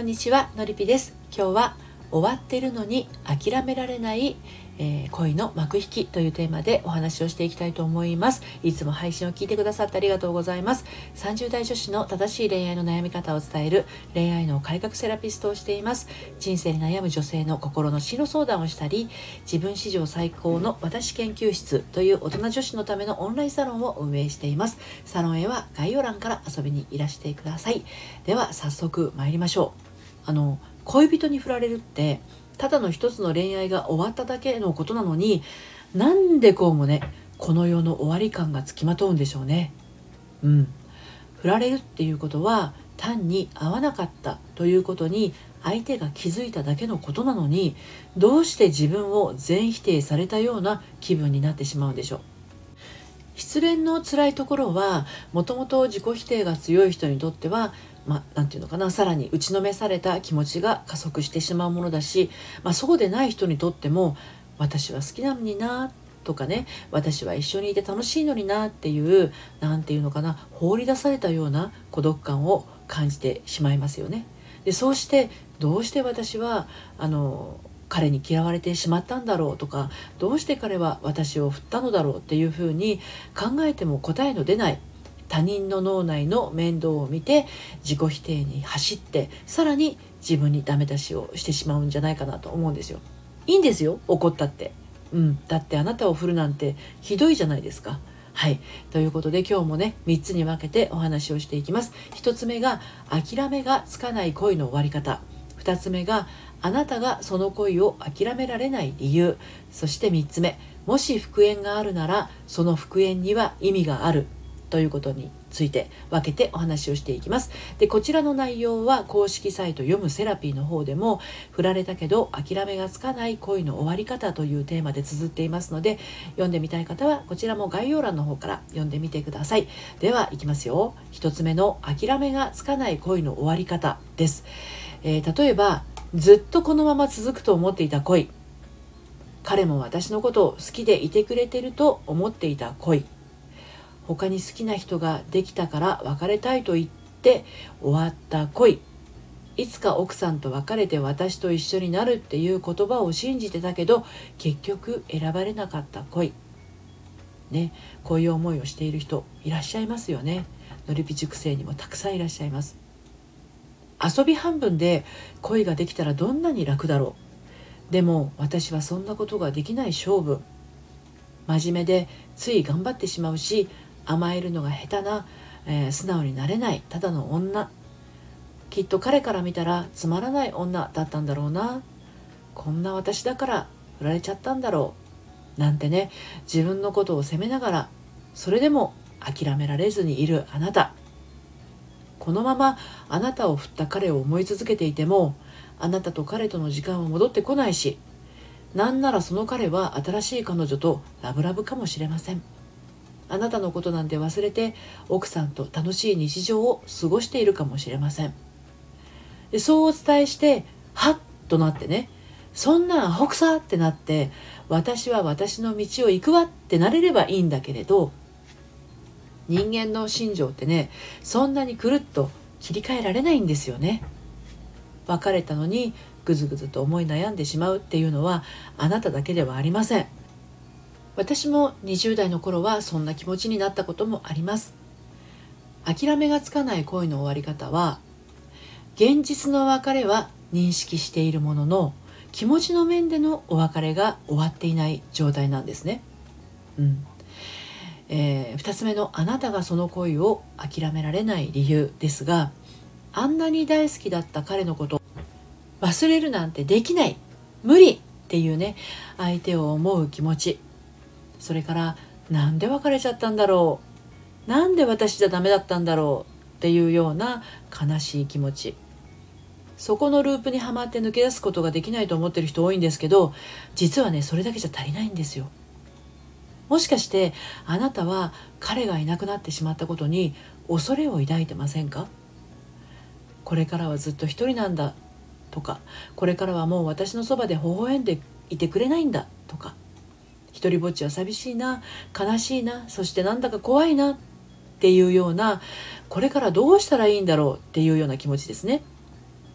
にちは、のりぴです。今日は終わってるのに諦められない、恋の幕引きというテーマでお話をしていきたいと思います。いつも配信を聞いてくださってありがとうございます。30代女子の正しい恋愛の悩み方を伝える恋愛の改革セラピストをしています。人生に悩む女性の心の進路相談をしたり、自分史上最高の私研究室という大人女子のためのオンラインサロンを運営しています。サロンへは概要欄から遊びにいらしてください。では早速参りましょう。恋人に振られるってただの一つの恋愛が終わっただけのことなのに、なんでこうもね、この世の終わり感がつきまとうんでしょうね。振られるっていうことは単に合わなかったということに相手が気づいただけのことなのに、どうして自分を全否定されたような気分になってしまうんでしょう。失恋の辛いところはもともと自己否定が強い人にとってはなんていうのかな、さらに打ちのめされた気持ちが加速してしまうものだし、そうでない人にとっても私は好きなのになとかね、私は一緒にいて楽しいのになっていう、なんていうのかな、放り出されたような孤独感を感じてしまいますよね。でそうしてどうして私は彼に嫌われてしまったんだろうとか、どうして彼は私を振ったのだろうっていうふうに考えても答えの出ない他人の脳内の面倒を見て自己否定に走って、さらに自分にダメ出しをしてしまうんじゃないかなと思うんですよ。いいんですよ、怒ったって。だってあなたを振るなんてひどいじゃないですか。はい。ということで今日もね、3つに分けてお話をしていきます。1つ目が諦めがつかない恋の終わり方。2つ目があなたがその恋を諦められない理由。そして3つ目、もし復縁があるならその復縁には意味があるということについて分けてお話をしていきます。でこちらの内容は公式サイト読むセラピーの方でも、振られたけど諦めがつかない恋の終わり方というテーマで綴っていますので、読んでみたい方はこちらも概要欄の方から読んでみてください。ではいきますよ。一つ目の諦めがつかない恋の終わり方です。例えばずっとこのまま続くと思っていた恋、彼も私のことを好きでいてくれてると思っていた恋、他に好きな人ができたから別れたいと言って終わった恋、いつか奥さんと別れて私と一緒になるっていう言葉を信じてたけど結局選ばれなかった恋ね、こういう思いをしている人いらっしゃいますよね。のりぴ塾生にもたくさんいらっしゃいます。遊び半分で恋ができたらどんなに楽だろう。でも私はそんなことができない性分、真面目でつい頑張ってしまうし、甘えるのが下手な、素直になれないただの女、きっと彼から見たらつまらない女だったんだろうな、こんな私だから振られちゃったんだろうなんてね、自分のことを責めながらそれでも諦められずにいるあなた、このままあなたを振った彼を思い続けていてもあなたと彼との時間は戻ってこないし、なんならその彼は新しい彼女とラブラブかもしれません。あなたのことなんて忘れて奥さんと楽しい日常を過ごしているかもしれません。でそうお伝えしてはっとなってね、そんなアホくさってなって私は私の道を行くわってなれればいいんだけれど、人間の心情ってね、そんなにくるっと切り替えられないんですよね。別れたのにぐずぐずと思い悩んでしまうっていうのはあなただけではありません。私も20代の頃はそんな気持ちになったこともあります。諦めがつかない恋の終わり方は、現実の別れは認識しているものの気持ちの面でのお別れが終わっていない状態なんですね。2つ目のあなたがその恋を諦められない理由ですが、あんなに大好きだった彼のこと忘れるなんてできない、無理っていうね、相手を思う気持ち、それからなんで別れちゃったんだろう、なんで私じゃダメだったんだろうっていうような悲しい気持ち、そこのループにはまって抜け出すことができないと思ってる人多いんですけど、実はね、それだけじゃ足りないんですよ。もしかしてあなたは彼がいなくなってしまったことに恐れを抱いてませんか？これからはずっと一人なんだとか、これからはもう私のそばで微笑んでいてくれないんだとか、一人ぼっちは寂しいな、悲しいな、そしてなんだか怖いなっていうような、これからどうしたらいいんだろうっていうような気持ちですね。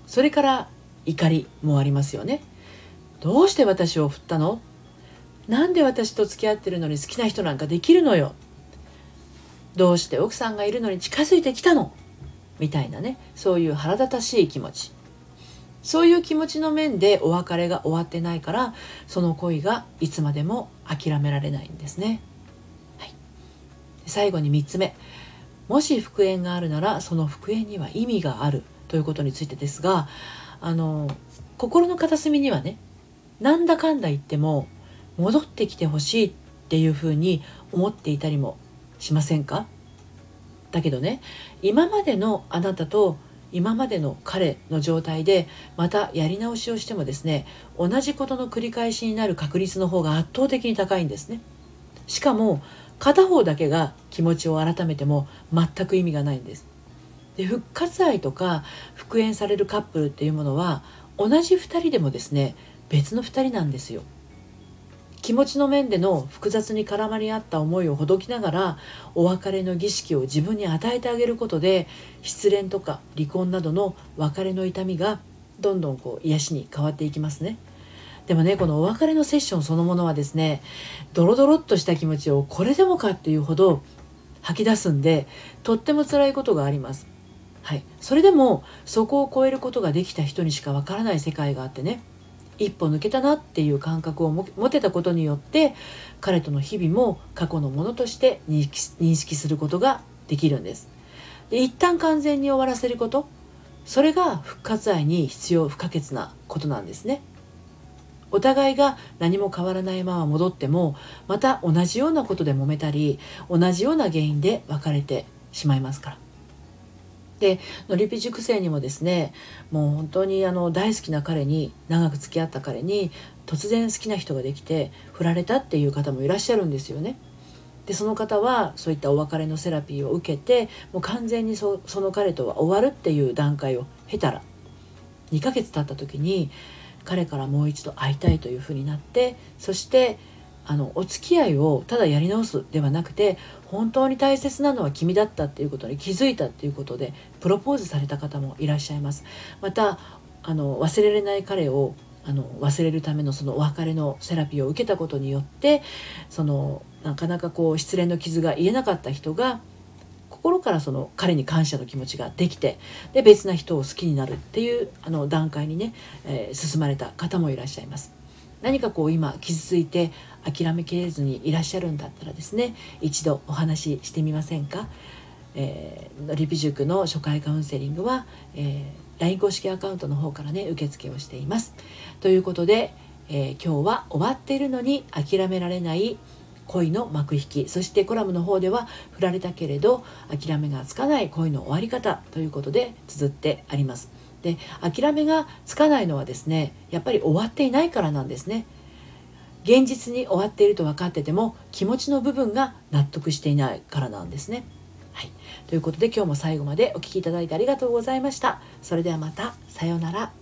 それから怒りもありますよね。どうして私を振ったの？なんで私と付き合ってるのに好きな人なんかできるのよ？どうして奥さんがいるのに近づいてきたの？みたいなね、そういう腹立たしい気持ち、そういう気持ちの面でお別れが終わってないから、その恋がいつまでも諦められないんですね。はい、最後に3つ目、もし復縁があるならその復縁には意味があるということについてですが、心の片隅にはね、なんだかんだ言っても戻ってきてほしいっていうふうに思っていたりもしませんか？だけどね、今までのあなたと今までの彼の状態でまたやり直しをしてもですね、同じことの繰り返しになる確率の方が圧倒的に高いんですね。しかも片方だけが気持ちを改めても全く意味がないんです。で、復活愛とか復縁されるカップルっていうものは同じ2人でもですね、別の2人なんですよ。気持ちの面での複雑に絡まり合った思いをほどきながら、お別れの儀式を自分に与えてあげることで、失恋とか離婚などの別れの痛みがどんどん癒しに変わっていきますね。でもね、このお別れのセッションそのものはですね、ドロドロっとした気持ちをこれでもかっていうほど吐き出すんで、とっても辛いことがあります。はい、それでもそこを超えることができた人にしかわからない世界があってね、一歩抜けたなっていう感覚を持てたことによって、彼との日々も過去のものとして認識することができるんです。で、一旦完全に終わらせること、それが復活愛に必要不可欠なことなんですね。お互いが何も変わらないまま戻っても、また同じようなことで揉めたり、同じような原因で別れてしまいますから。で、のりぴ塾生にもですね、もう本当に大好きな彼に、長く付き合った彼に突然好きな人ができて振られたっていう方もいらっしゃるんですよね。で、その方はそういったお別れのセラピーを受けて、もう完全にその彼とは終わるっていう段階を経たら、2ヶ月経った時に彼からもう一度会いたいというふうになって、そしてお付き合いをただやり直すではなくて、本当に大切なのは君だったっていうことに気づいたっていうことでプロポーズされた方もいらっしゃいます。また忘れられない彼を忘れるためのそのお別れのセラピーを受けたことによって、なかなか失恋の傷が癒えなかった人が心からその彼に感謝の気持ちができて、で別な人を好きになるっていう段階にね、進まれた方もいらっしゃいます。何か今傷ついて諦めきれずにいらっしゃるんだったらですね、一度お話ししてみませんか？リピ塾の初回カウンセリングは、LINE 公式アカウントの方からね、受付をしています。ということで、今日は終わっているのに諦められない恋の幕引き、そしてコラムの方では振られたけれど諦めがつかない恋の終わり方ということで綴ってあります。で、諦めがつかないのはですね、やっぱり終わっていないからなんですね。現実に終わっていると分かってても気持ちの部分が納得していないからなんですね。はい、ということで今日も最後までお聞きいただいてありがとうございました。それではまた、さようなら。